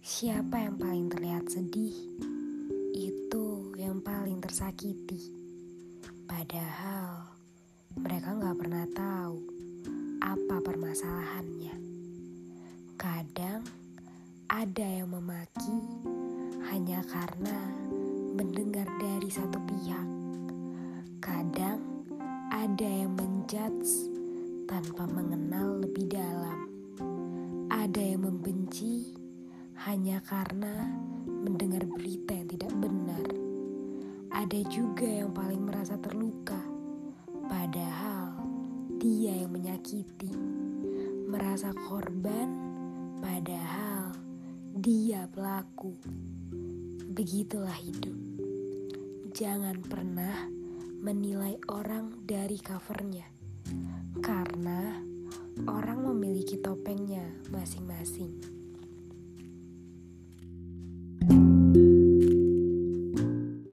Siapa yang paling terlihat sedih, itu yang paling tersakiti. Padahal mereka gak pernah tahu apa permasalahannya. Kadang ada yang memaki hanya karena mendengar dari satu pihak. Kadang ada yang menjudge tanpa mengenal lebih dalam. Ada yang membenci hanya karena mendengar berita yang tidak benar. Ada juga yang paling merasa terluka, padahal dia yang menyakiti. Merasa korban, padahal dia pelaku. Begitulah hidup. Jangan pernah menilai orang dari covernya, karena orang memiliki topengnya masing-masing.